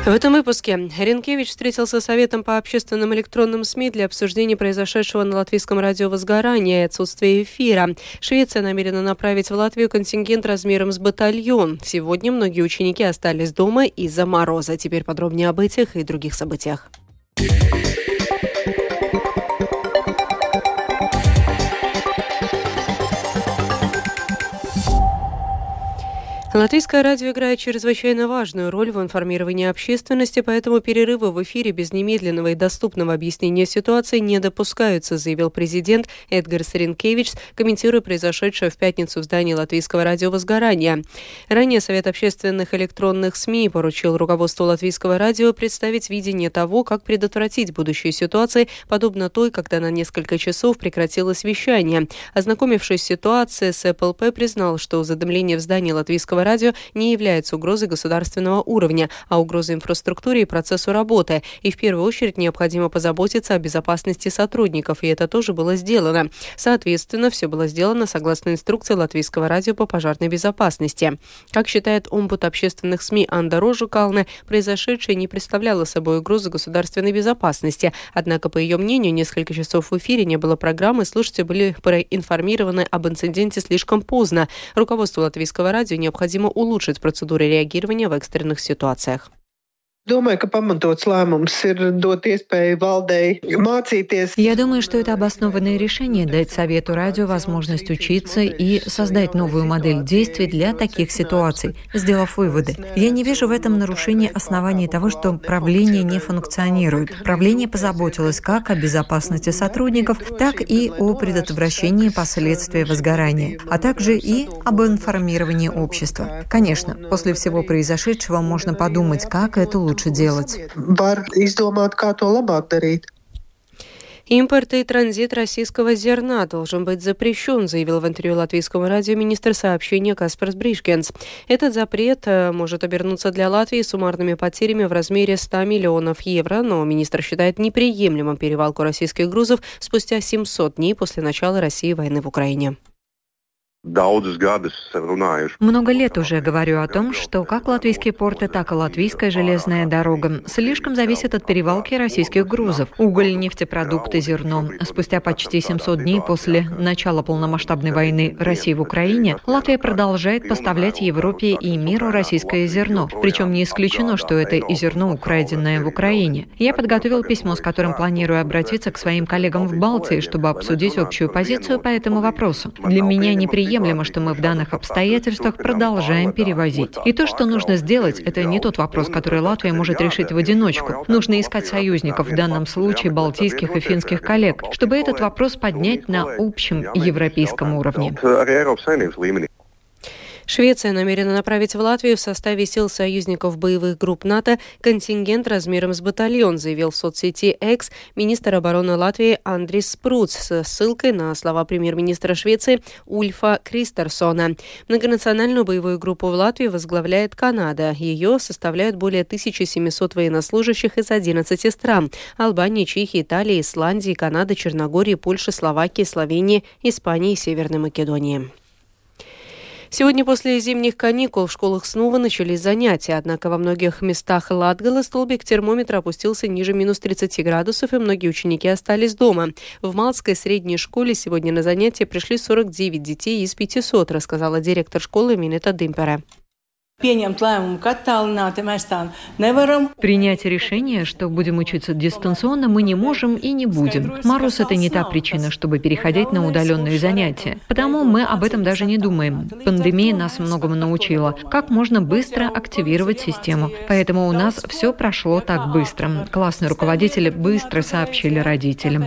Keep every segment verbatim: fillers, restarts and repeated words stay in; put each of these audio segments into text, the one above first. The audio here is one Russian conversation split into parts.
В этом выпуске Ренкевич встретился с Советом по общественным электронным СМИ для обсуждения произошедшего на латвийском радио возгорания и отсутствия эфира. Швеция намерена направить в Латвию контингент размером с батальон. Сегодня многие ученики остались дома из-за мороза. Теперь подробнее об этих и других событиях. Латвийское радио играет чрезвычайно важную роль в информировании общественности, поэтому перерывы в эфире без немедленного и доступного объяснения ситуации не допускаются, заявил президент Эдгарс Ренкевич, комментируя произошедшее в пятницу в здании Латвийского радио возгорание. Ранее Совет общественных электронных СМИ поручил руководству Латвийского радио представить видение того, как предотвратить будущие ситуации, подобно той, когда на несколько часов прекратилось вещание. Ознакомившись с ситуацией, СЭПЛП признал, что задымление в здании Латвийского радио не является угрозой государственного уровня, а угрозой инфраструктуре и процессу работы. И в первую очередь необходимо позаботиться о безопасности сотрудников, и это тоже было сделано. Соответственно, все было сделано согласно инструкции Латвийского радио по пожарной безопасности. Как считает омбуд общественных СМИ Анда Рожукалне, произошедшее не представляло собой угрозу государственной безопасности. Однако, по ее мнению, несколько часов в эфире не было программы, слушатели были проинформированы об инциденте слишком поздно. Руководству Латвийского радио необходимо Необходимо улучшить процедуры реагирования в экстренных ситуациях. Я думаю, что это обоснованное решение дать Совету радио возможность учиться и создать новую модель действий для таких ситуаций, сделав выводы. Я не вижу в этом нарушения оснований того, что правление не функционирует. Правление позаботилось как о безопасности сотрудников, так и о предотвращении последствий возгорания, а также и об информировании общества. Конечно, после всего произошедшего можно подумать, как это лучше делать. Импорт и транзит российского зерна должен быть запрещен, заявил в интервью латвийскому радио министр сообщения Каспарс Бришкенс. Этот запрет может обернуться для Латвии суммарными потерями в размере ста миллионов евро, но министр считает неприемлемым перевалку российских грузов спустя семьсот дней после начала России войны в Украине. Много лет уже говорю о том, что как латвийские порты, так и латвийская железная дорога слишком зависят от перевалки российских грузов. Уголь, нефтепродукты, зерно. Спустя почти семьсот дней после начала полномасштабной войны России в Украине, Латвия продолжает поставлять Европе и миру российское зерно. Причем не исключено, что это и зерно, украденное в Украине. Я подготовил письмо, с которым планирую обратиться к своим коллегам в Балтии, чтобы обсудить общую позицию по этому вопросу. Для меня неприемлемо, Приемлемо, что мы в данных обстоятельствах продолжаем перевозить. И то, что нужно сделать, это не тот вопрос, который Латвия может решить в одиночку. Нужно искать союзников, в данном случае балтийских и финских коллег, чтобы этот вопрос поднять на общем европейском уровне. Швеция намерена направить в Латвию в составе сил союзников боевых групп НАТО контингент размером с батальон, заявил в соцсети X министр обороны Латвии Андрис Спруц с ссылкой на слова премьер-министра Швеции Ульфа Кристерсона. Многонациональную боевую группу в Латвии возглавляет Канада. Ее составляют более тысячи семисот военнослужащих из одиннадцати стран – Албании, Чехии, Италии, Исландии, Канады, Черногории, Польши, Словакии, Словении, Испании и Северной Македонии. Сегодня после зимних каникул в школах снова начались занятия, однако во многих местах Латгалы столбик термометра опустился ниже минус тридцати градусов, и многие ученики остались дома. В Малской средней школе сегодня на занятия пришли сорок девять детей из пятисот, рассказала директор школы Минета Димпере. Принять решение, что будем учиться дистанционно, мы не можем и не будем. Мороз – это не та причина, чтобы переходить на удаленные занятия. Потому мы об этом даже не думаем. Пандемия нас многому научила, как можно быстро активировать систему. Поэтому у нас все прошло так быстро. Классные руководители быстро сообщили родителям.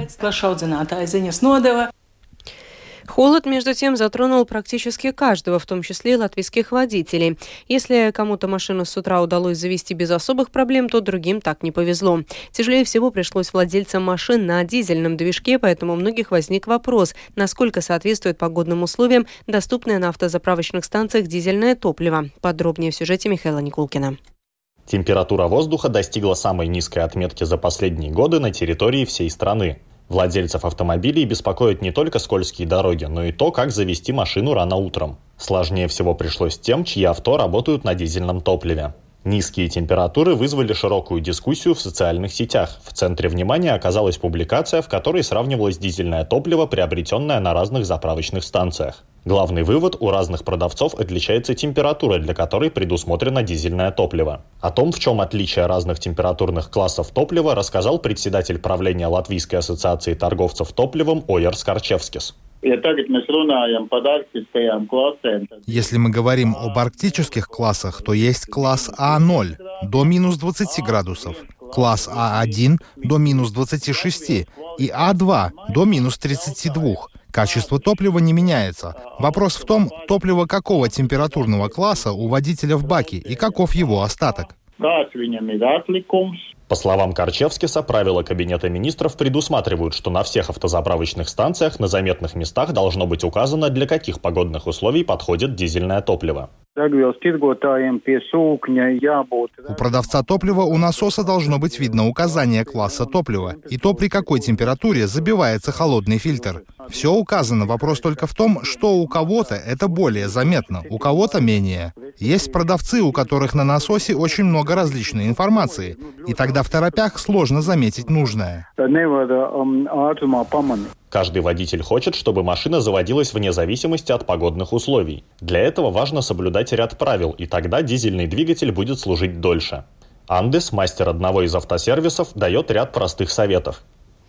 Холод, между тем, затронул практически каждого, в том числе и латвийских водителей. Если кому-то машину с утра удалось завести без особых проблем, то другим так не повезло. Тяжелее всего пришлось владельцам машин на дизельном движке, поэтому у многих возник вопрос, насколько соответствует погодным условиям доступное на автозаправочных станциях дизельное топливо. Подробнее в сюжете Михаила Никулкина. Температура воздуха достигла самой низкой отметки за последние годы на территории всей страны. Владельцев автомобилей беспокоят не только скользкие дороги, но и то, как завести машину рано утром. Сложнее всего пришлось тем, чьи авто работают на дизельном топливе. Низкие температуры вызвали широкую дискуссию в социальных сетях. В центре внимания оказалась публикация, в которой сравнивалось дизельное топливо, приобретенное на разных заправочных станциях. Главный вывод – у разных продавцов отличается температура, для которой предусмотрено дизельное топливо. О том, в чем отличие разных температурных классов топлива, рассказал председатель правления Латвийской ассоциации торговцев топливом Ойерс Карчевскис. Если мы говорим об арктических классах, то есть класс А ноль до минус двадцати градусов, класс А один до минус двадцати шести и А два до минус тридцати двух. Качество топлива не меняется. Вопрос в том, топливо какого температурного класса у водителя в баке и каков его остаток. По словам Карчевскиса, правила Кабинета министров предусматривают, что на всех автозаправочных станциях на заметных местах должно быть указано, для каких погодных условий подходит дизельное топливо. У продавца топлива у насоса должно быть видно указание класса топлива и то, при какой температуре забивается холодный фильтр. Все указано, вопрос только в том, что у кого-то это более заметно, у кого-то менее. Есть продавцы, у которых на насосе очень много различной информации, и тогда в торопях сложно заметить нужное. Каждый водитель хочет, чтобы машина заводилась вне зависимости от погодных условий. Для этого важно соблюдать ряд правил, и тогда дизельный двигатель будет служить дольше. Андес, мастер одного из автосервисов, дает ряд простых советов.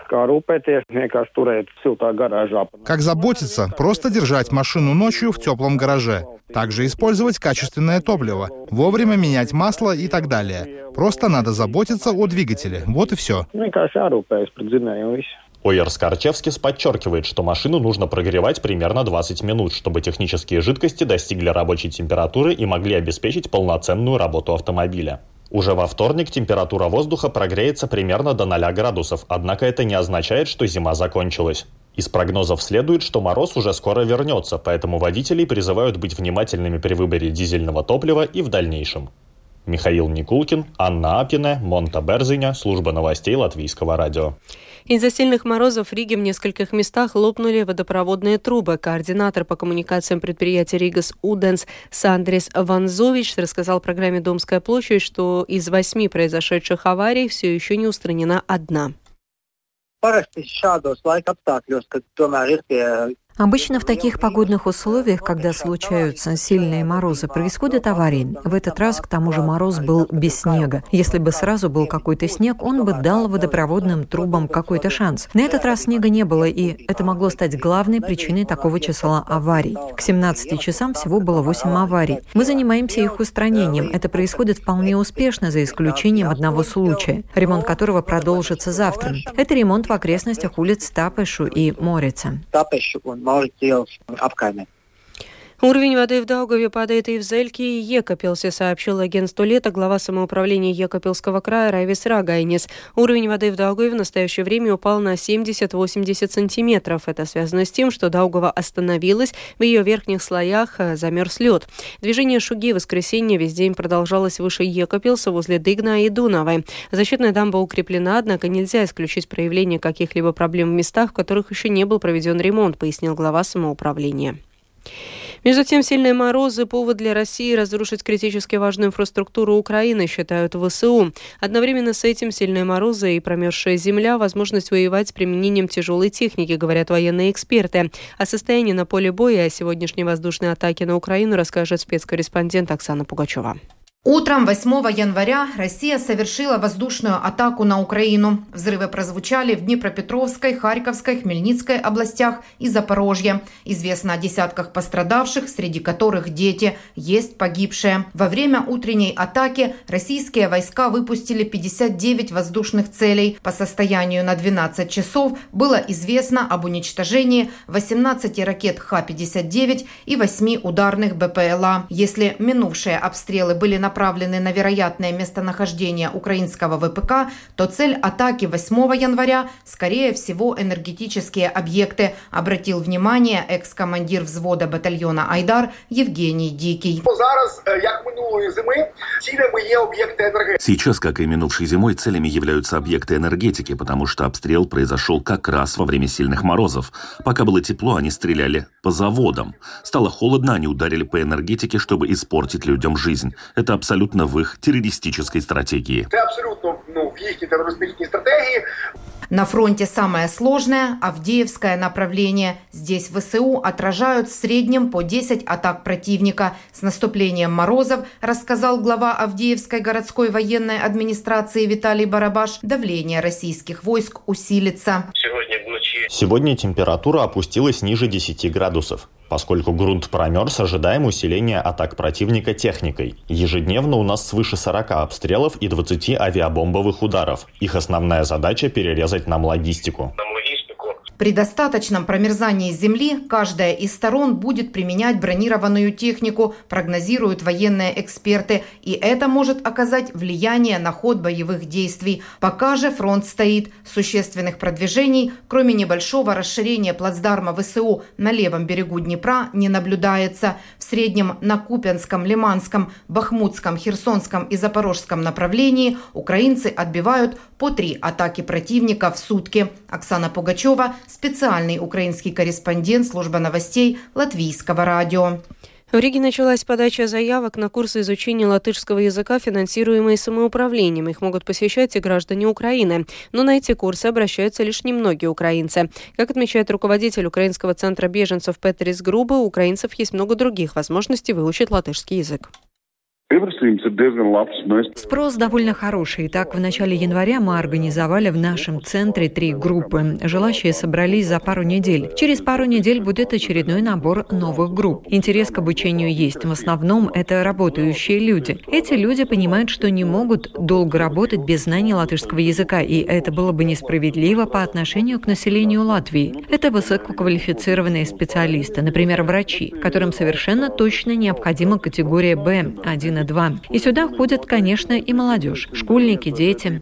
Как заботиться? Просто держать машину ночью в теплом гараже. Также использовать качественное топливо, вовремя менять масло и так далее. Просто надо заботиться о двигателе. Вот и все. Ойерс Карчевскис подчеркивает, что машину нужно прогревать примерно двадцать минут, чтобы технические жидкости достигли рабочей температуры и могли обеспечить полноценную работу автомобиля. Уже во вторник температура воздуха прогреется примерно до ноля градусов, однако это не означает, что зима закончилась. Из прогнозов следует, что мороз уже скоро вернется, поэтому водителей призывают быть внимательными при выборе дизельного топлива и в дальнейшем. Михаил Никулкин, Анна Апина, Монта Берзиня, служба новостей Латвийского радио. Из-за сильных морозов в Риге в нескольких местах лопнули водопроводные трубы. Координатор по коммуникациям предприятия Ригас Уденс Сандрис Ванзович рассказал программе «Домская площадь», что из восьми произошедших аварий все еще не устранена одна. Обычно в таких погодных условиях, когда случаются сильные морозы, происходят аварии. В этот раз, к тому же, мороз был без снега. Если бы сразу был какой-то снег, он бы дал водопроводным трубам какой-то шанс. На этот раз снега не было, и это могло стать главной причиной такого числа аварий. К семнадцати часам всего было восемь аварий. Мы занимаемся их устранением. Это происходит вполне успешно, за исключением одного случая, ремонт которого продолжится завтра. Это ремонт в окрестностях улиц Тапешу и Морица. Уровень воды в Даугаве падает и в Зельке, и Екапилсе, сообщил агентству «Лето» глава самоуправления Екапилского края Райвис Рагайнис. Уровень воды в Даугаве в настоящее время упал на семьдесят-восемьдесят сантиметров. Это связано с тем, что Даугава остановилась, в ее верхних слоях замерз лед. Движение Шуги в воскресенье весь день продолжалось выше Екапилса, возле Дыгна и Дунавы. Защитная дамба укреплена, однако нельзя исключить проявление каких-либо проблем в местах, в которых еще не был проведен ремонт, пояснил глава самоуправления. Между тем, сильные морозы – повод для России разрушить критически важную инфраструктуру Украины, считают ВСУ. Одновременно с этим сильные морозы и промерзшая земля – возможность воевать с применением тяжелой техники, говорят военные эксперты. О состоянии на поле боя и о сегодняшней воздушной атаке на Украину расскажет спецкорреспондент Оксана Пугачева. Утром восьмого января Россия совершила воздушную атаку на Украину. Взрывы прозвучали в Днепропетровской, Харьковской, Хмельницкой областях и Запорожье. Известно о десятках пострадавших, среди которых дети, есть погибшие. Во время утренней атаки российские войска выпустили пятьдесят девять воздушных целей. По состоянию на двенадцать часов было известно об уничтожении восемнадцати ракет Х пятьдесят девять и восьми ударных БПЛА. Если минувшие обстрелы были направлены направлены на вероятное местонахождение украинского ВПК, то цель атаки восьмого января, скорее всего, энергетические объекты, обратил внимание экс-командир взвода батальона «Айдар» Евгений Дикий. Сейчас, как и минувшей зимой, целями являются объекты энергетики, потому что обстрел произошел как раз во время сильных морозов. Пока было тепло, они стреляли по заводам. Стало холодно, они ударили по энергетике, чтобы испортить людям жизнь. Это абсолютно в их террористической стратегии. Это абсолютно ну, в их террористической стратегии. На фронте самое сложное – Авдеевское направление. Здесь ВСУ отражают в среднем по десять атак противника. С наступлением морозов, рассказал глава Авдеевской городской военной администрации Виталий Барабаш, давление российских войск усилится. Сегодня температура опустилась ниже десяти градусов. Поскольку грунт промерз, ожидаем усиления атак противника техникой. Ежедневно у нас свыше сорока обстрелов и двадцати авиабомбовых ударов. Их основная задача – перерезать нам логистику. При достаточном промерзании земли каждая из сторон будет применять бронированную технику, прогнозируют военные эксперты, и это может оказать влияние на ход боевых действий. Пока же фронт стоит. Существенных продвижений, кроме небольшого расширения плацдарма ВСУ на левом берегу Днепра, не наблюдается. В среднем на Купянском, Лиманском, Бахмутском, Херсонском и Запорожском направлении украинцы отбивают по три атаки противника в сутки. Оксана Пугачева, специальный украинский корреспондент службы новостей Латвийского радио. В Риге началась подача заявок на курсы изучения латышского языка, финансируемые самоуправлением. Их могут посещать и граждане Украины. Но на эти курсы обращаются лишь немногие украинцы. Как отмечает руководитель Украинского центра беженцев Петрис Груба, у украинцев есть много других возможностей выучить латышский язык. Спрос довольно хороший. Так, в начале января мы организовали в нашем центре три группы. Желающие собрались за пару недель. Через пару недель будет очередной набор новых групп. Интерес к обучению есть. В основном это работающие люди. Эти люди понимают, что не могут долго работать без знания латышского языка, и это было бы несправедливо по отношению к населению Латвии. Это высококвалифицированные специалисты, например, врачи, которым совершенно точно необходима категория Б один и два. И сюда ходят, конечно, и молодежь, школьники, дети.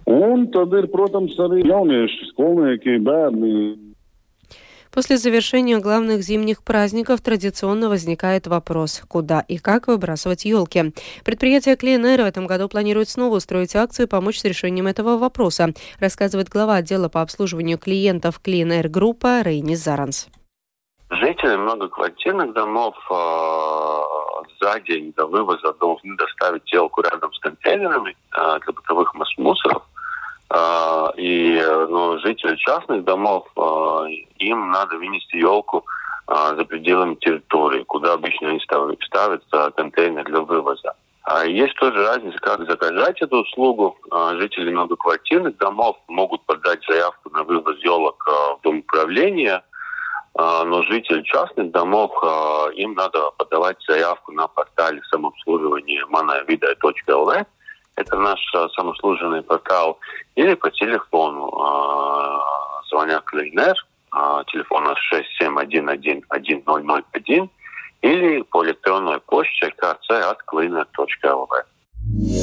После завершения главных зимних праздников традиционно возникает вопрос, куда и как выбрасывать елки. Предприятие Clean Air в этом году планирует снова устроить акцию и помочь с решением этого вопроса, рассказывает глава отдела по обслуживанию клиентов Clean Air группа Рейнис Заранс. Жители многоквартирных домов э, за день до вывоза должны доставить елку рядом с контейнерами э, для бытовых мусоров. Э, и ну, жители частных домов, э, им надо вынести елку э, за пределами территории, куда обычно они ставят, ставятся контейнер для вывоза. А есть тоже разница, как заказать эту услугу. Э, жители многоквартирных домов могут подать заявку на вывоз елок э, в дом управления. Но жители частных домов, им надо подавать заявку на портале самообслуживания манавидай точка эл ви. Это наш самообслуживающий портал. Или по телефону. Звонят Clean Air, телефон шесть семь один один один ноль ноль один. Или по электронной почте ка цэ at cleaner точка эл ви.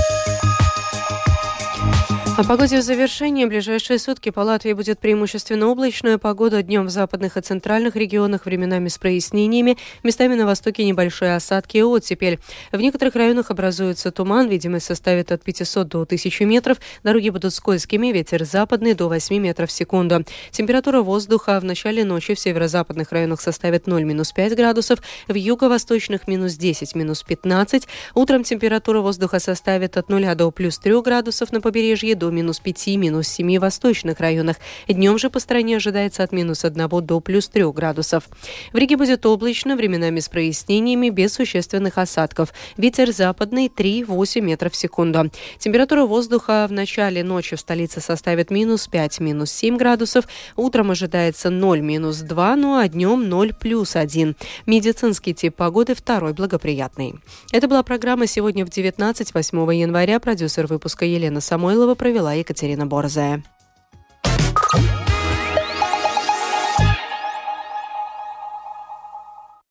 О погоде в завершении. В ближайшие сутки по Латвии будет преимущественно облачная погода. Днем в западных и центральных регионах временами с прояснениями. Местами на востоке небольшие осадки и оттепель. В некоторых районах образуется туман. Видимость составит от пятисот до тысячи метров. Дороги будут скользкими. Ветер западный до восьми метров в секунду. Температура воздуха в начале ночи в северо-западных районах составит ноль-пять градусов. В юго-восточных минус десять, минус пятнадцать. Утром температура воздуха составит от нуля до плюс три градусов на побережье, до минус пяти, минус семи в восточных районах. Днем же по стране ожидается от минус одного до плюс трех градусов. В Риге будет облачно, временами с прояснениями, без существенных осадков. Ветер западный три-восемь метров в секунду. Температура воздуха в начале ночи в столице составит минус пять, минус семь градусов. Утром ожидается ноль, минус два, ну а днем ноль, плюс один. Медицинский тип погоды второй благоприятный. Это была программа «Сегодня в девятнадцать», восьмого января. Продюсер выпуска Елена Самойлова, провела Екатерина Борзая.